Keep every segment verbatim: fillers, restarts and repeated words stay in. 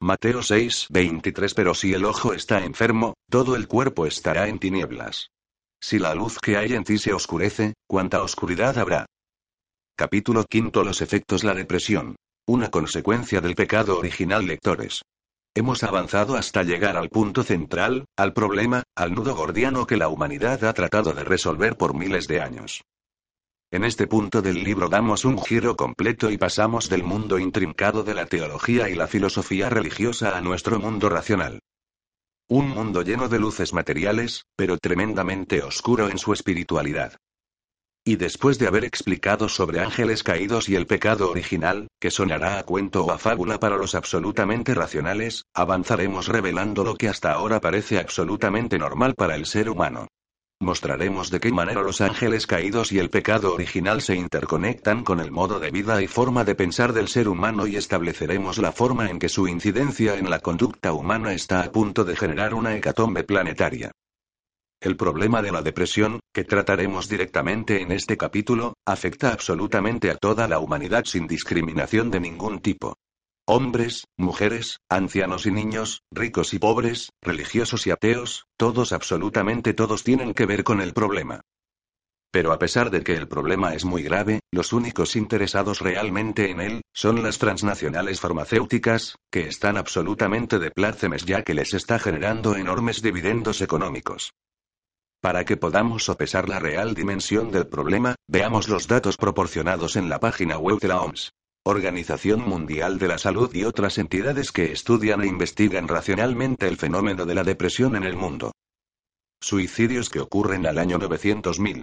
Mateo seis, veintitrés. Pero si el ojo está enfermo, todo el cuerpo estará en tinieblas. Si la luz que hay en ti se oscurece, ¿cuánta oscuridad habrá? Capítulo quinto. Los efectos. La depresión. Una consecuencia del pecado original. Lectores. Hemos avanzado hasta llegar al punto central, al problema, al nudo gordiano que la humanidad ha tratado de resolver por miles de años. En este punto del libro damos un giro completo y pasamos del mundo intrincado de la teología y la filosofía religiosa a nuestro mundo racional. Un mundo lleno de luces materiales, pero tremendamente oscuro en su espiritualidad. Y después de haber explicado sobre ángeles caídos y el pecado original, que sonará a cuento o a fábula para los absolutamente racionales, avanzaremos revelando lo que hasta ahora parece absolutamente normal para el ser humano. Mostraremos de qué manera los ángeles caídos y el pecado original se interconectan con el modo de vida y forma de pensar del ser humano y estableceremos la forma en que su incidencia en la conducta humana está a punto de generar una hecatombe planetaria. El problema de la depresión, que trataremos directamente en este capítulo, afecta absolutamente a toda la humanidad sin discriminación de ningún tipo. Hombres, mujeres, ancianos y niños, ricos y pobres, religiosos y ateos, todos, absolutamente todos tienen que ver con el problema. Pero a pesar de que el problema es muy grave, los únicos interesados realmente en él, son las transnacionales farmacéuticas, que están absolutamente de plácemes ya que les está generando enormes dividendos económicos. Para que podamos sopesar la real dimensión del problema, veamos los datos proporcionados en la página web de la O M S. Organización Mundial de la Salud y otras entidades que estudian e investigan racionalmente el fenómeno de la depresión en el mundo. Suicidios que ocurren al año novecientos mil.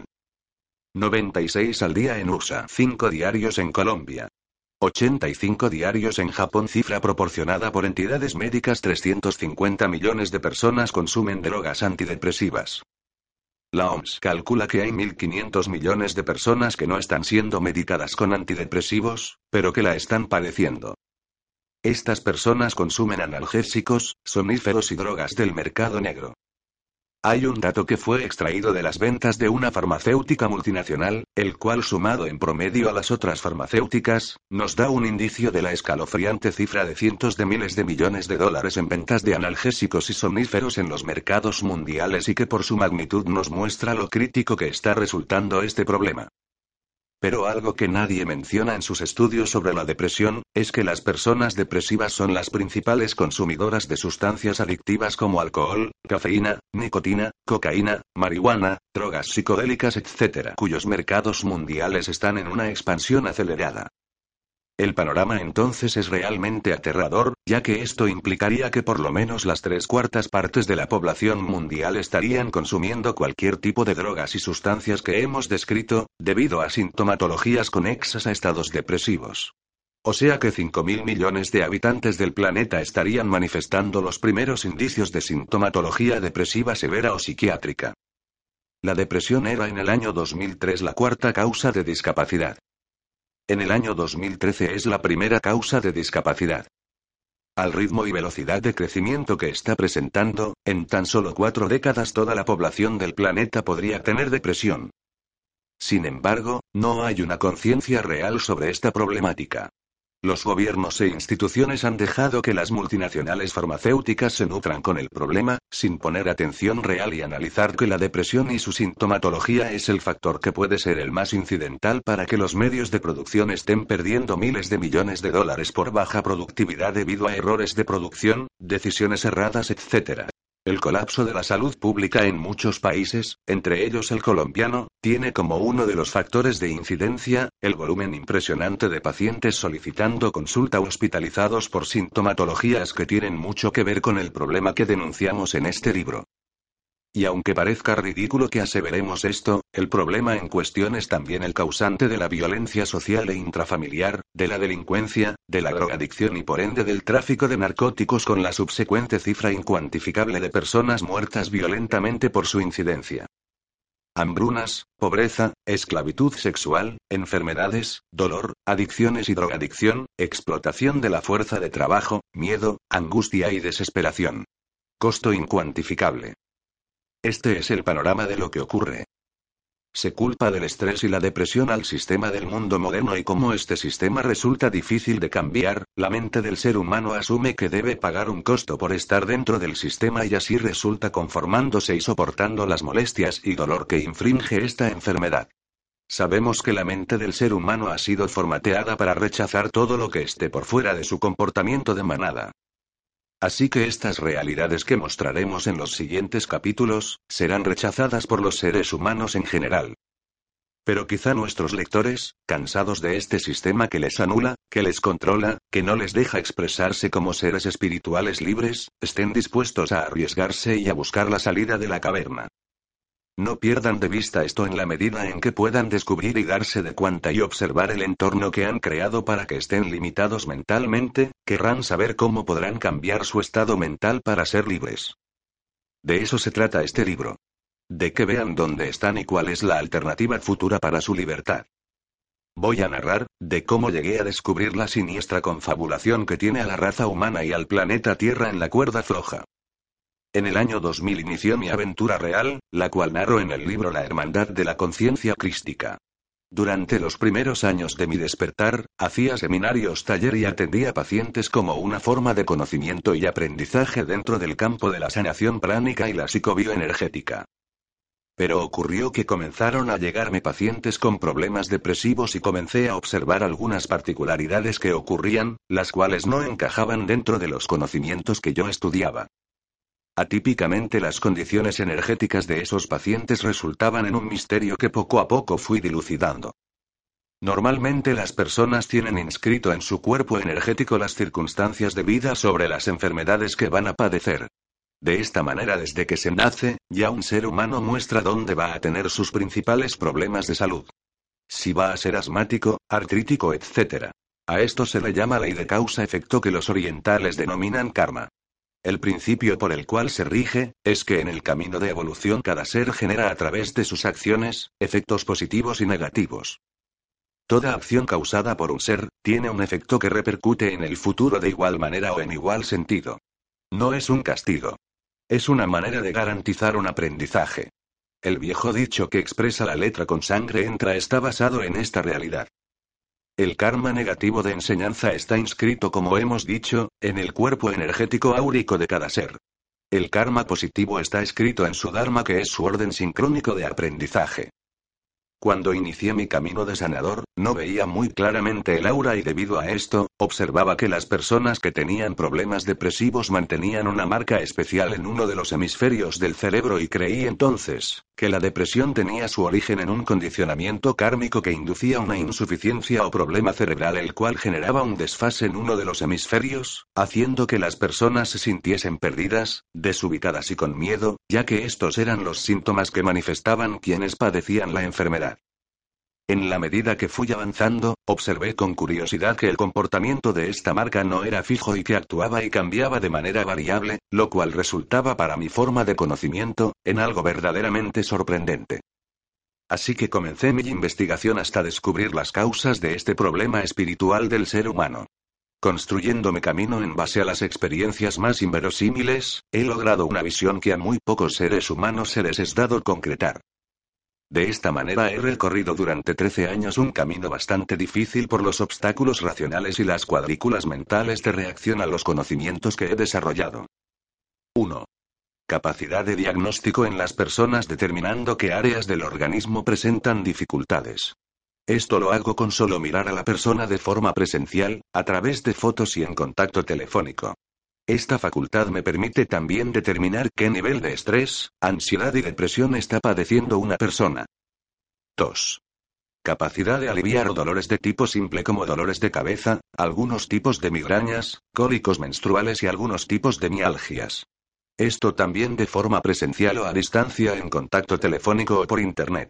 noventa y seis al día en U S A. cinco diarios en Colombia. ochenta y cinco diarios en Japón. Cifra proporcionada por entidades médicas. trescientos cincuenta millones de personas consumen drogas antidepresivas. La O M S calcula que hay mil quinientos millones de personas que no están siendo medicadas con antidepresivos, pero que la están padeciendo. Estas personas consumen analgésicos, somníferos y drogas del mercado negro. Hay un dato que fue extraído de las ventas de una farmacéutica multinacional, el cual sumado en promedio a las otras farmacéuticas, nos da un indicio de la escalofriante cifra de cientos de miles de millones de dólares en ventas de analgésicos y somníferos en los mercados mundiales y que por su magnitud nos muestra lo crítico que está resultando este problema. Pero algo que nadie menciona en sus estudios sobre la depresión, es que las personas depresivas son las principales consumidoras de sustancias adictivas como alcohol, cafeína, nicotina, cocaína, marihuana, drogas psicodélicas, etcétera, cuyos mercados mundiales están en una expansión acelerada. El panorama entonces es realmente aterrador, ya que esto implicaría que por lo menos las tres cuartas partes de la población mundial estarían consumiendo cualquier tipo de drogas y sustancias que hemos descrito, debido a sintomatologías conexas a estados depresivos. O sea que cinco mil millones de habitantes del planeta estarían manifestando los primeros indicios de sintomatología depresiva severa o psiquiátrica. La depresión era en el año dos mil tres la cuarta causa de discapacidad. En el año dos mil trece es la primera causa de discapacidad. Al ritmo y velocidad de crecimiento que está presentando, en tan solo cuatro décadas toda la población del planeta podría tener depresión. Sin embargo, no hay una conciencia real sobre esta problemática. Los gobiernos e instituciones han dejado que las multinacionales farmacéuticas se nutran con el problema, sin poner atención real y analizar que la depresión y su sintomatología es el factor que puede ser el más incidental para que los medios de producción estén perdiendo miles de millones de dólares por baja productividad debido a errores de producción, decisiones erradas, etcétera. El colapso de la salud pública en muchos países, entre ellos el colombiano, tiene como uno de los factores de incidencia, el volumen impresionante de pacientes solicitando consulta o hospitalizados por sintomatologías que tienen mucho que ver con el problema que denunciamos en este libro. Y aunque parezca ridículo que aseveremos esto, el problema en cuestión es también el causante de la violencia social e intrafamiliar, de la delincuencia, de la drogadicción y por ende del tráfico de narcóticos con la subsecuente cifra incuantificable de personas muertas violentamente por su incidencia. Hambrunas, pobreza, esclavitud sexual, enfermedades, dolor, adicciones y drogadicción, explotación de la fuerza de trabajo, miedo, angustia y desesperación. Costo incuantificable. Este es el panorama de lo que ocurre. Se culpa del estrés y la depresión al sistema del mundo moderno y como este sistema resulta difícil de cambiar, la mente del ser humano asume que debe pagar un costo por estar dentro del sistema y así resulta conformándose y soportando las molestias y dolor que infringe esta enfermedad. Sabemos que la mente del ser humano ha sido formateada para rechazar todo lo que esté por fuera de su comportamiento de manada. Así que estas realidades que mostraremos en los siguientes capítulos, serán rechazadas por los seres humanos en general. Pero quizá nuestros lectores, cansados de este sistema que les anula, que les controla, que no les deja expresarse como seres espirituales libres, estén dispuestos a arriesgarse y a buscar la salida de la caverna. No pierdan de vista esto en la medida en que puedan descubrir y darse de cuenta y observar el entorno que han creado para que estén limitados mentalmente, querrán saber cómo podrán cambiar su estado mental para ser libres. De eso se trata este libro. De que vean dónde están y cuál es la alternativa futura para su libertad. Voy a narrar, de cómo llegué a descubrir la siniestra confabulación que tiene a la raza humana y al planeta Tierra en la cuerda floja. En el año dos mil inició mi aventura real, la cual narro en el libro La Hermandad de la Conciencia Crística. Durante los primeros años de mi despertar, hacía seminarios, taller y atendía pacientes como una forma de conocimiento y aprendizaje dentro del campo de la sanación pránica y la psicobioenergética. Pero ocurrió que comenzaron a llegarme pacientes con problemas depresivos y comencé a observar algunas particularidades que ocurrían, las cuales no encajaban dentro de los conocimientos que yo estudiaba. Atípicamente las condiciones energéticas de esos pacientes resultaban en un misterio que poco a poco fui dilucidando. Normalmente las personas tienen inscrito en su cuerpo energético las circunstancias de vida sobre las enfermedades que van a padecer. De esta manera desde que se nace, ya un ser humano muestra dónde va a tener sus principales problemas de salud. Si va a ser asmático, artrítico, etcétera. A esto se le llama ley de causa-efecto que los orientales denominan karma. El principio por el cual se rige, es que en el camino de evolución cada ser genera a través de sus acciones, efectos positivos y negativos. Toda acción causada por un ser, tiene un efecto que repercute en el futuro de igual manera o en igual sentido. No es un castigo. Es una manera de garantizar un aprendizaje. El viejo dicho que expresa la letra con sangre entra está basado en esta realidad. El karma negativo de enseñanza está inscrito, como hemos dicho, en el cuerpo energético áurico de cada ser. El karma positivo está escrito en su dharma, que es su orden sincrónico de aprendizaje. Cuando inicié mi camino de sanador, no veía muy claramente el aura y debido a esto, observaba que las personas que tenían problemas depresivos mantenían una marca especial en uno de los hemisferios del cerebro y creí entonces, que la depresión tenía su origen en un condicionamiento kármico que inducía una insuficiencia o problema cerebral el cual generaba un desfase en uno de los hemisferios, haciendo que las personas se sintiesen perdidas, desubicadas y con miedo, ya que estos eran los síntomas que manifestaban quienes padecían la enfermedad. En la medida que fui avanzando, observé con curiosidad que el comportamiento de esta marca no era fijo y que actuaba y cambiaba de manera variable, lo cual resultaba para mi forma de conocimiento, en algo verdaderamente sorprendente. Así que comencé mi investigación hasta descubrir las causas de este problema espiritual del ser humano. Construyendo mi camino en base a las experiencias más inverosímiles, he logrado una visión que a muy pocos seres humanos se les es dado concretar. De esta manera he recorrido durante trece años un camino bastante difícil por los obstáculos racionales y las cuadrículas mentales de reacción a los conocimientos que he desarrollado. uno. Capacidad de diagnóstico en las personas determinando qué áreas del organismo presentan dificultades. Esto lo hago con solo mirar a la persona de forma presencial, a través de fotos y en contacto telefónico. Esta facultad me permite también determinar qué nivel de estrés, ansiedad y depresión está padeciendo una persona. dos. Capacidad de aliviar dolores de tipo simple como dolores de cabeza, algunos tipos de migrañas, cólicos menstruales y algunos tipos de mialgias. Esto también de forma presencial o a distancia en contacto telefónico o por internet.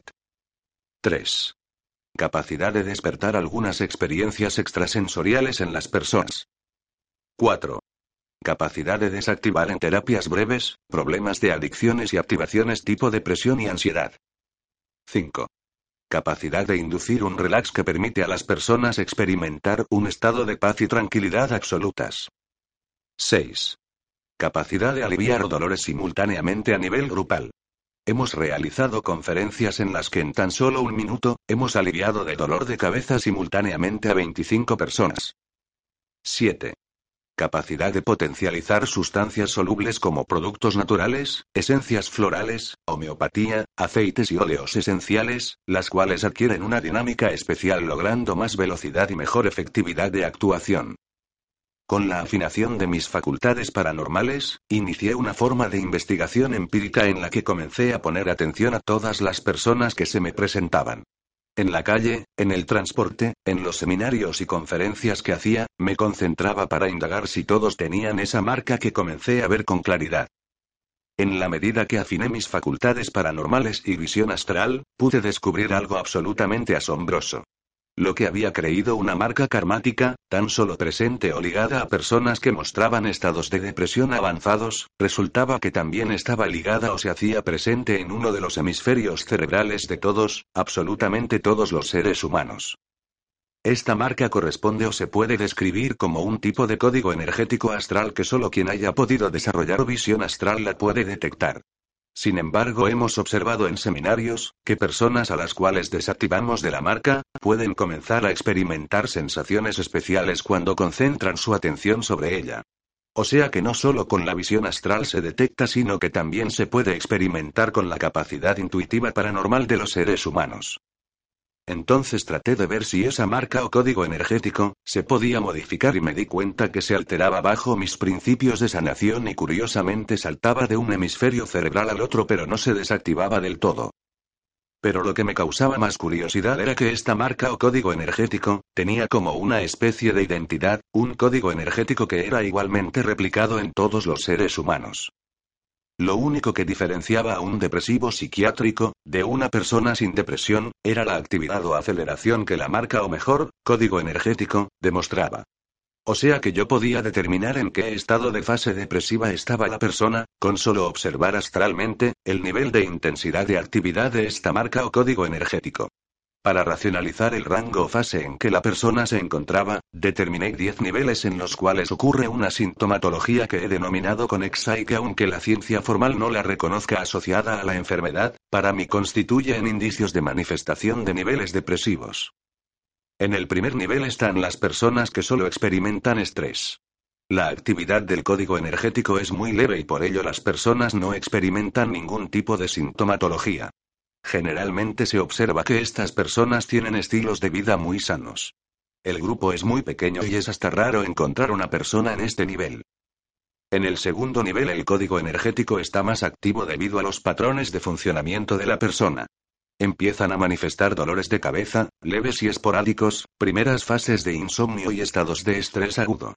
tres. Capacidad de despertar algunas experiencias extrasensoriales en las personas. cuatro. Capacidad de desactivar en terapias breves, problemas de adicciones y activaciones tipo depresión y ansiedad. cinco. Capacidad de inducir un relax que permite a las personas experimentar un estado de paz y tranquilidad absolutas. seis. Capacidad de aliviar dolores simultáneamente a nivel grupal. Hemos realizado conferencias en las que en tan solo un minuto, hemos aliviado de dolor de cabeza simultáneamente a veinticinco personas. siete. Capacidad de potencializar sustancias solubles como productos naturales, esencias florales, homeopatía, aceites y óleos esenciales, las cuales adquieren una dinámica especial logrando más velocidad y mejor efectividad de actuación. Con la afinación de mis facultades paranormales, inicié una forma de investigación empírica en la que comencé a poner atención a todas las personas que se me presentaban. En la calle, en el transporte, en los seminarios y conferencias que hacía, me concentraba para indagar si todos tenían esa marca que comencé a ver con claridad. En la medida que afiné mis facultades paranormales y visión astral, pude descubrir algo absolutamente asombroso. Lo que había creído una marca karmática, tan solo presente o ligada a personas que mostraban estados de depresión avanzados, resultaba que también estaba ligada o se hacía presente en uno de los hemisferios cerebrales de todos, absolutamente todos los seres humanos. Esta marca corresponde o se puede describir como un tipo de código energético astral que solo quien haya podido desarrollar visión astral la puede detectar. Sin embargo, hemos observado en seminarios, que personas a las cuales desactivamos de la marca, pueden comenzar a experimentar sensaciones especiales cuando concentran su atención sobre ella. O sea que no solo con la visión astral se detecta, sino que también se puede experimentar con la capacidad intuitiva paranormal de los seres humanos. Entonces traté de ver si esa marca o código energético se podía modificar y me di cuenta que se alteraba bajo mis principios de sanación y curiosamente saltaba de un hemisferio cerebral al otro, pero no se desactivaba del todo. Pero lo que me causaba más curiosidad era que esta marca o código energético tenía como una especie de identidad, un código energético que era igualmente replicado en todos los seres humanos. Lo único que diferenciaba a un depresivo psiquiátrico de una persona sin depresión era la actividad o aceleración que la marca o mejor, código energético, demostraba. O sea que yo podía determinar en qué estado de fase depresiva estaba la persona, con solo observar astralmente el nivel de intensidad de actividad de esta marca o código energético. Para racionalizar el rango o fase en que la persona se encontraba, determiné diez niveles en los cuales ocurre una sintomatología que he denominado conexa y que aunque la ciencia formal no la reconozca asociada a la enfermedad, para mí constituye en indicios de manifestación de niveles depresivos. En el primer nivel están las personas que solo experimentan estrés. La actividad del código energético es muy leve y por ello las personas no experimentan ningún tipo de sintomatología. Generalmente se observa que estas personas tienen estilos de vida muy sanos. El grupo es muy pequeño y es hasta raro encontrar una persona en este nivel. En el segundo nivel el código energético está más activo debido a los patrones de funcionamiento de la persona. Empiezan a manifestar dolores de cabeza, leves y esporádicos, primeras fases de insomnio y estados de estrés agudo.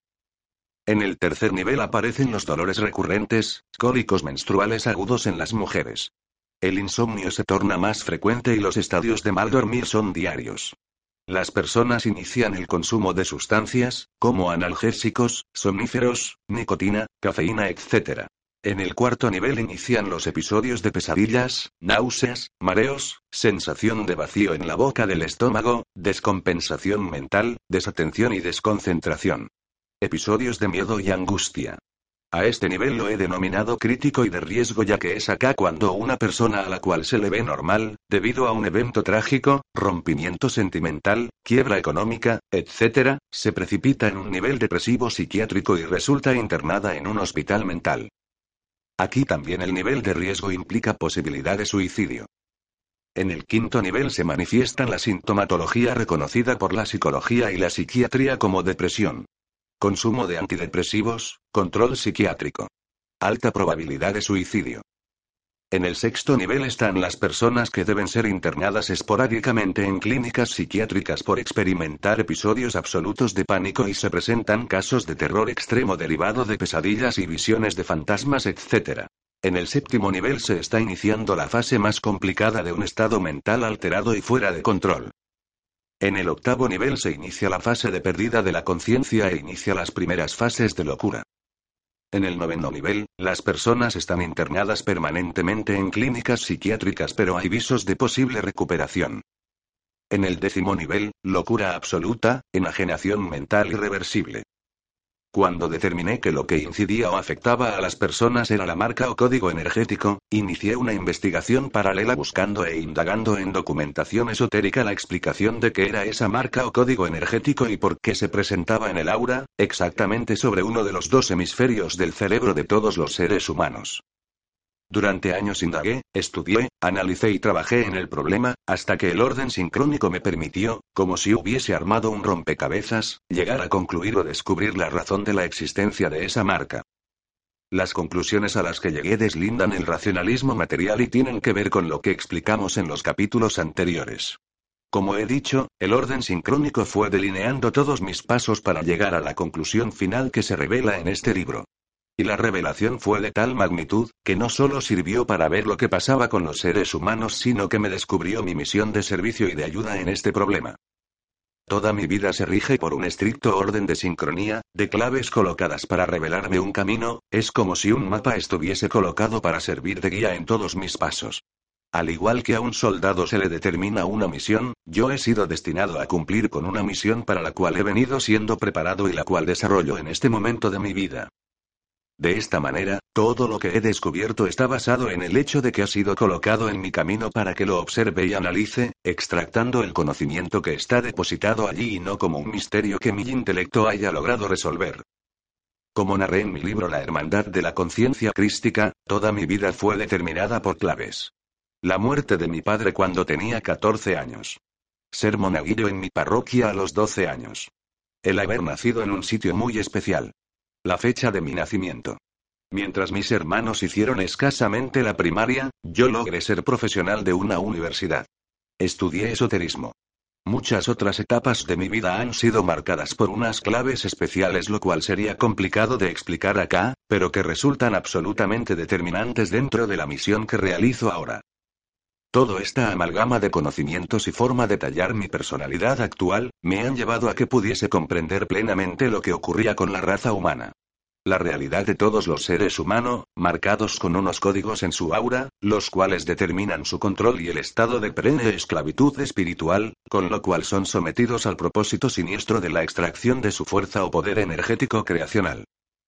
En el tercer nivel aparecen los dolores recurrentes, cólicos menstruales agudos en las mujeres. El insomnio se torna más frecuente y los estadios de mal dormir son diarios. Las personas inician el consumo de sustancias, como analgésicos, somníferos, nicotina, cafeína, etcétera. En el cuarto nivel inician los episodios de pesadillas, náuseas, mareos, sensación de vacío en la boca del estómago, descompensación mental, desatención y desconcentración. Episodios de miedo y angustia. A este nivel lo he denominado crítico y de riesgo, ya que es acá cuando una persona a la cual se le ve normal, debido a un evento trágico, rompimiento sentimental, quiebra económica, etcétera, se precipita en un nivel depresivo psiquiátrico y resulta internada en un hospital mental. Aquí también el nivel de riesgo implica posibilidad de suicidio. En el quinto nivel se manifiesta la sintomatología reconocida por la psicología y la psiquiatría como depresión. Consumo de antidepresivos, control psiquiátrico. Alta probabilidad de suicidio. En el sexto nivel están las personas que deben ser internadas esporádicamente en clínicas psiquiátricas por experimentar episodios absolutos de pánico y se presentan casos de terror extremo derivado de pesadillas y visiones de fantasmas, etcétera. En el séptimo nivel se está iniciando la fase más complicada de un estado mental alterado y fuera de control. En el octavo nivel se inicia la fase de pérdida de la conciencia e inicia las primeras fases de locura. En el noveno nivel, las personas están internadas permanentemente en clínicas psiquiátricas, pero hay visos de posible recuperación. En el décimo nivel, locura absoluta, enajenación mental irreversible. Cuando determiné que lo que incidía o afectaba a las personas era la marca o código energético, inicié una investigación paralela buscando e indagando en documentación esotérica la explicación de qué era esa marca o código energético y por qué se presentaba en el aura, exactamente sobre uno de los dos hemisferios del cerebro de todos los seres humanos. Durante años indagué, estudié, analicé y trabajé en el problema, hasta que el orden sincrónico me permitió, como si hubiese armado un rompecabezas, llegar a concluir o descubrir la razón de la existencia de esa marca. Las conclusiones a las que llegué deslindan el racionalismo material y tienen que ver con lo que explicamos en los capítulos anteriores. Como he dicho, el orden sincrónico fue delineando todos mis pasos para llegar a la conclusión final que se revela en este libro. Y la revelación fue de tal magnitud, que no solo sirvió para ver lo que pasaba con los seres humanos, sino que me descubrió mi misión de servicio y de ayuda en este problema. Toda mi vida se rige por un estricto orden de sincronía, de claves colocadas para revelarme un camino, es como si un mapa estuviese colocado para servir de guía en todos mis pasos. Al igual que a un soldado se le determina una misión, yo he sido destinado a cumplir con una misión para la cual he venido siendo preparado y la cual desarrollo en este momento de mi vida. De esta manera, todo lo que he descubierto está basado en el hecho de que ha sido colocado en mi camino para que lo observe y analice, extractando el conocimiento que está depositado allí y no como un misterio que mi intelecto haya logrado resolver. Como narré en mi libro La Hermandad de la Conciencia Crística, toda mi vida fue determinada por claves. La muerte de mi padre cuando tenía catorce años. Ser monaguillo en mi parroquia a los doce años. El haber nacido en un sitio muy especial. La fecha de mi nacimiento. Mientras mis hermanos hicieron escasamente la primaria, yo logré ser profesional de una universidad. Estudié esoterismo. Muchas otras etapas de mi vida han sido marcadas por unas claves especiales, lo cual sería complicado de explicar acá, pero que resultan absolutamente determinantes dentro de la misión que realizo ahora. Toda esta amalgama de conocimientos y forma de tallar mi personalidad actual, me han llevado a que pudiese comprender plenamente lo que ocurría con la raza humana. La realidad de todos los seres humanos, marcados con unos códigos en su aura, los cuales determinan su control y el estado de perenne esclavitud espiritual, con lo cual son sometidos al propósito siniestro de la extracción de su fuerza o poder energético creacional.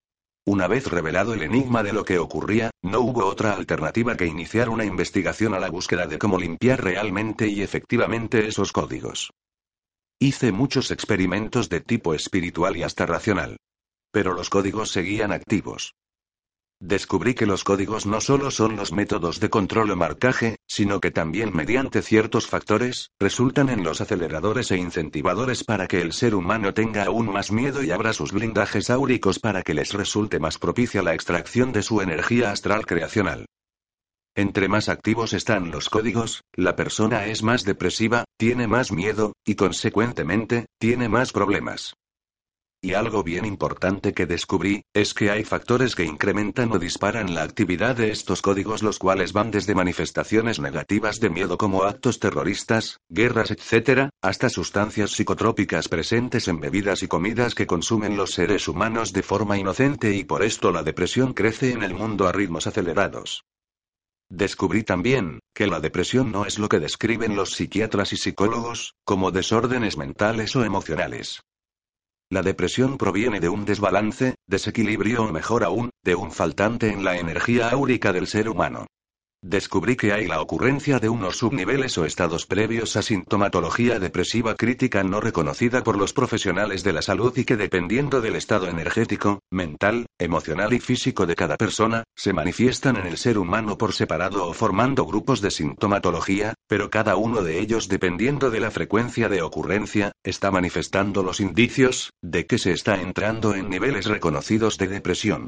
Una vez revelado el enigma de lo que ocurría, no hubo otra alternativa que iniciar una investigación a la búsqueda de cómo limpiar realmente y efectivamente esos códigos. Hice muchos experimentos de tipo espiritual y hasta racional. Pero los códigos seguían activos. Descubrí que los códigos no solo son los métodos de control o marcaje, sino que también mediante ciertos factores, resultan en los aceleradores e incentivadores para que el ser humano tenga aún más miedo y abra sus blindajes áuricos para que les resulte más propicia la extracción de su energía astral creacional. Entre más activos están los códigos, la persona es más depresiva, tiene más miedo, y consecuentemente, tiene más problemas. Y algo bien importante que descubrí, es que hay factores que incrementan o disparan la actividad de estos códigos, los cuales van desde manifestaciones negativas de miedo como actos terroristas, guerras, etcétera, hasta sustancias psicotrópicas presentes en bebidas y comidas que consumen los seres humanos de forma inocente, y por esto la depresión crece en el mundo a ritmos acelerados. Descubrí también, que la depresión no es lo que describen los psiquiatras y psicólogos, como desórdenes mentales o emocionales. La depresión proviene de un desbalance, desequilibrio o mejor aún, de un faltante en la energía áurica del ser humano. Descubrí que hay la ocurrencia de unos subniveles o estados previos a sintomatología depresiva crítica no reconocida por los profesionales de la salud y que dependiendo del estado energético, mental, emocional y físico de cada persona, se manifiestan en el ser humano por separado o formando grupos de sintomatología, pero cada uno de ellos dependiendo de la frecuencia de ocurrencia, está manifestando los indicios, de que se está entrando en niveles reconocidos de depresión.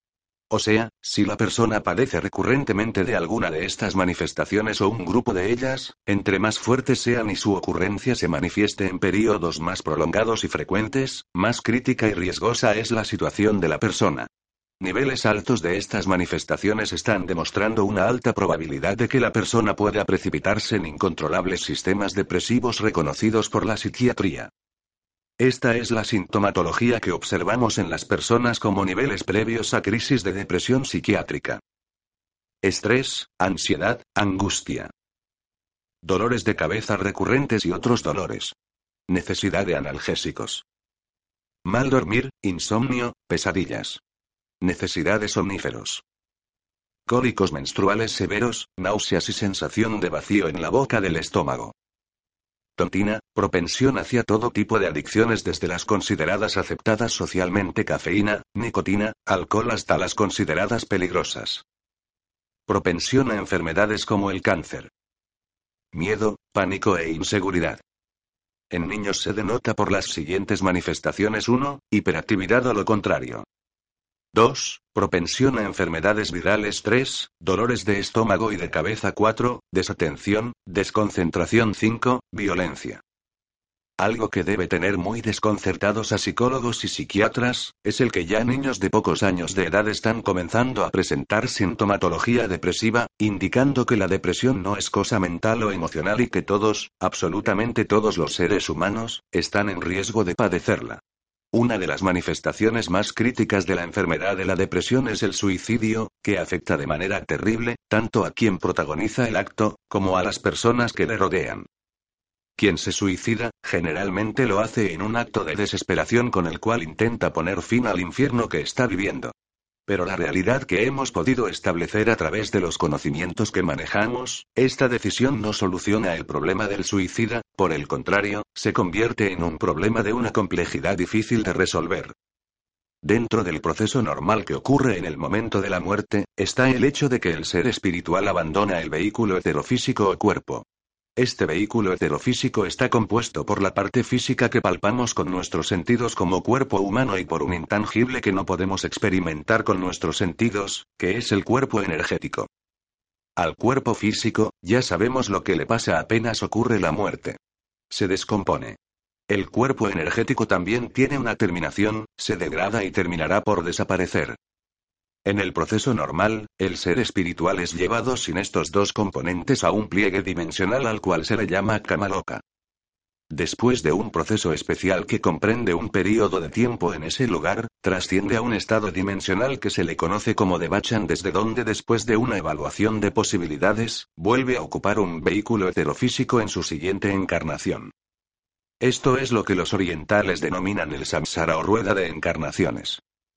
O sea, si la persona padece recurrentemente de alguna de estas manifestaciones o un grupo de ellas, entre más fuertes sean y su ocurrencia se manifieste en periodos más prolongados y frecuentes, más crítica y riesgosa es la situación de la persona. Niveles altos de estas manifestaciones están demostrando una alta probabilidad de que la persona pueda precipitarse en incontrolables sistemas depresivos reconocidos por la psiquiatría. Esta es la sintomatología que observamos en las personas como niveles previos a crisis de depresión psiquiátrica. Estrés, ansiedad, angustia. Dolores de cabeza recurrentes y otros dolores. Necesidad de analgésicos. Mal dormir, insomnio, pesadillas. Necesidad de somníferos. Cólicos menstruales severos, náuseas y sensación de vacío en la boca del estómago. Tontina, propensión hacia todo tipo de adicciones desde las consideradas aceptadas socialmente, cafeína, nicotina, alcohol, hasta las consideradas peligrosas. Propensión a enfermedades como el cáncer. Miedo, pánico e inseguridad. En niños se denota por las siguientes manifestaciones: uno. Hiperactividad o lo contrario. dos. Propensión a enfermedades virales. tres. Dolores de estómago y de cabeza. cuatro. Desatención, desconcentración. cinco. Violencia. Algo que debe tener muy desconcertados a psicólogos y psiquiatras, es el que ya niños de pocos años de edad están comenzando a presentar sintomatología depresiva, indicando que la depresión no es cosa mental o emocional y que todos, absolutamente todos los seres humanos, están en riesgo de padecerla. Una de las manifestaciones más críticas de la enfermedad de la depresión es el suicidio, que afecta de manera terrible, tanto a quien protagoniza el acto, como a las personas que le rodean. Quien se suicida, generalmente lo hace en un acto de desesperación con el cual intenta poner fin al infierno que está viviendo. Pero la realidad que hemos podido establecer a través de los conocimientos que manejamos, esta decisión no soluciona el problema del suicida, por el contrario, se convierte en un problema de una complejidad difícil de resolver. Dentro del proceso normal que ocurre en el momento de la muerte, está el hecho de que el ser espiritual abandona el vehículo heterofísico o cuerpo. Este vehículo heterofísico está compuesto por la parte física que palpamos con nuestros sentidos como cuerpo humano y por un intangible que no podemos experimentar con nuestros sentidos, que es el cuerpo energético. Al cuerpo físico, ya sabemos lo que le pasa apenas ocurre la muerte. Se descompone. El cuerpo energético también tiene una terminación, se degrada y terminará por desaparecer. En el proceso normal, el ser espiritual es llevado sin estos dos componentes a un pliegue dimensional al cual se le llama Kamaloka. Después de un proceso especial que comprende un período de tiempo en ese lugar, trasciende a un estado dimensional que se le conoce como Devachan, desde donde después de una evaluación de posibilidades, vuelve a ocupar un vehículo heterofísico en su siguiente encarnación. Esto es lo que los orientales denominan el samsara o rueda de encarnaciones.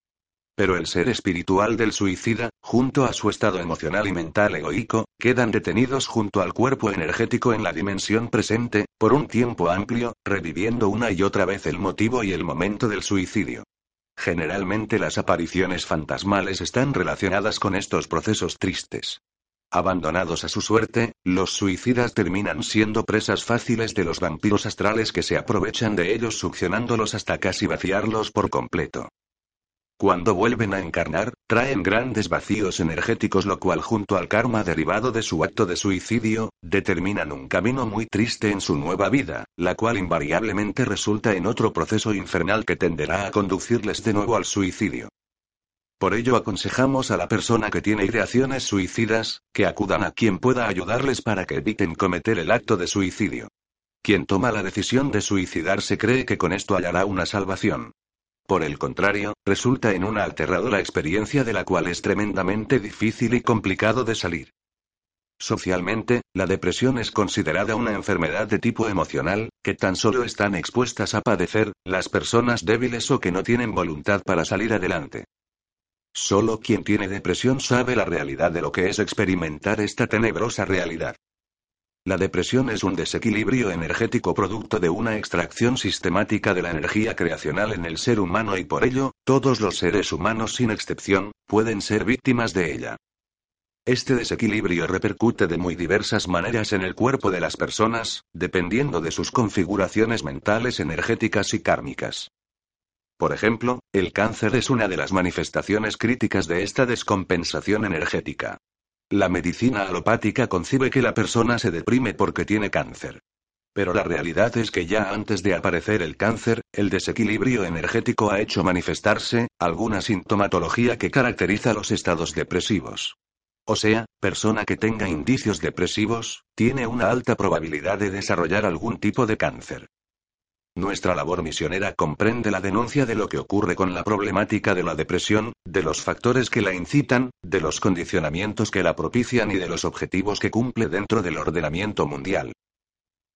Pero el ser espiritual del suicida, junto a su estado emocional y mental egoico, quedan detenidos junto al cuerpo energético en la dimensión presente, por un tiempo amplio, reviviendo una y otra vez el motivo y el momento del suicidio. Generalmente las apariciones fantasmales están relacionadas con estos procesos tristes. Abandonados a su suerte, los suicidas terminan siendo presas fáciles de los vampiros astrales que se aprovechan de ellos succionándolos hasta casi vaciarlos por completo. Cuando vuelven a encarnar, traen grandes vacíos energéticos, lo cual junto al karma derivado de su acto de suicidio, determinan un camino muy triste en su nueva vida, la cual invariablemente resulta en otro proceso infernal que tenderá a conducirles de nuevo al suicidio. Por ello aconsejamos a la persona que tiene ideaciones suicidas, que acudan a quien pueda ayudarles para que eviten cometer el acto de suicidio. Quien toma la decisión de suicidarse cree que con esto hallará una salvación. Por el contrario, resulta en una aterradora experiencia de la cual es tremendamente difícil y complicado de salir. Socialmente, la depresión es considerada una enfermedad de tipo emocional, que tan solo están expuestas a padecer las personas débiles o que no tienen voluntad para salir adelante. Solo quien tiene depresión sabe la realidad de lo que es experimentar esta tenebrosa realidad. La depresión es un desequilibrio energético producto de una extracción sistemática de la energía creacional en el ser humano y por ello, todos los seres humanos sin excepción, pueden ser víctimas de ella. Este desequilibrio repercute de muy diversas maneras en el cuerpo de las personas, dependiendo de sus configuraciones mentales, energéticas y kármicas. Por ejemplo, el cáncer es una de las manifestaciones críticas de esta descompensación energética. La medicina alopática concibe que la persona se deprime porque tiene cáncer. Pero la realidad es que ya antes de aparecer el cáncer, el desequilibrio energético ha hecho manifestarse alguna sintomatología que caracteriza los estados depresivos. O sea, persona que tenga indicios depresivos, tiene una alta probabilidad de desarrollar algún tipo de cáncer. Nuestra labor misionera comprende la denuncia de lo que ocurre con la problemática de la depresión, de los factores que la incitan, de los condicionamientos que la propician y de los objetivos que cumple dentro del ordenamiento mundial.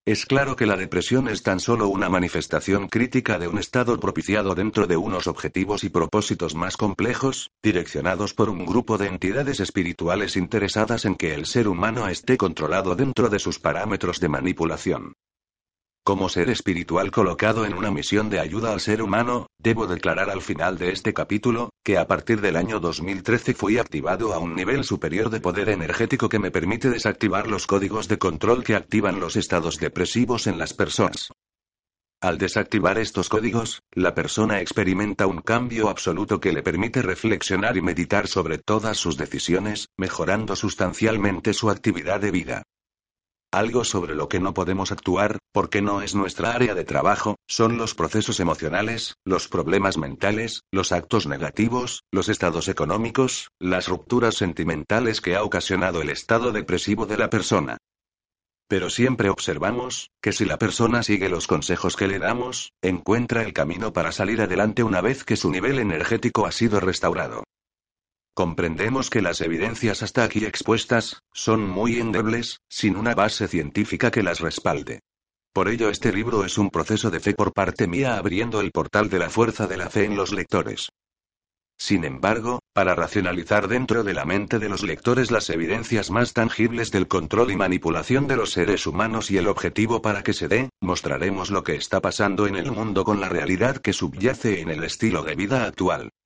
Es claro que la depresión es tan solo una manifestación crítica de un estado propiciado dentro de unos objetivos y propósitos más complejos, direccionados por un grupo de entidades espirituales interesadas en que el ser humano esté controlado dentro de sus parámetros de manipulación. Como ser espiritual colocado en una misión de ayuda al ser humano, debo declarar al final de este capítulo, que a partir del año dos mil trece fui activado a un nivel superior de poder energético que me permite desactivar los códigos de control que activan los estados depresivos en las personas. Al desactivar estos códigos, la persona experimenta un cambio absoluto que le permite reflexionar y meditar sobre todas sus decisiones, mejorando sustancialmente su actividad de vida. Algo sobre lo que no podemos actuar, porque no es nuestra área de trabajo, son los procesos emocionales, los problemas mentales, los actos negativos, los estados económicos, las rupturas sentimentales que ha ocasionado el estado depresivo de la persona. Pero siempre observamos, que si la persona sigue los consejos que le damos, encuentra el camino para salir adelante una vez que su nivel energético ha sido restaurado. Comprendemos que las evidencias hasta aquí expuestas, son muy endebles, sin una base científica que las respalde. Por ello este libro es un proceso de fe por parte mía abriendo el portal de la fuerza de la fe en los lectores. Sin embargo, para racionalizar dentro de la mente de los lectores las evidencias más tangibles del control y manipulación de los seres humanos y el objetivo para que se dé, mostraremos lo que está pasando en el mundo con la realidad que subyace en el estilo de vida actual.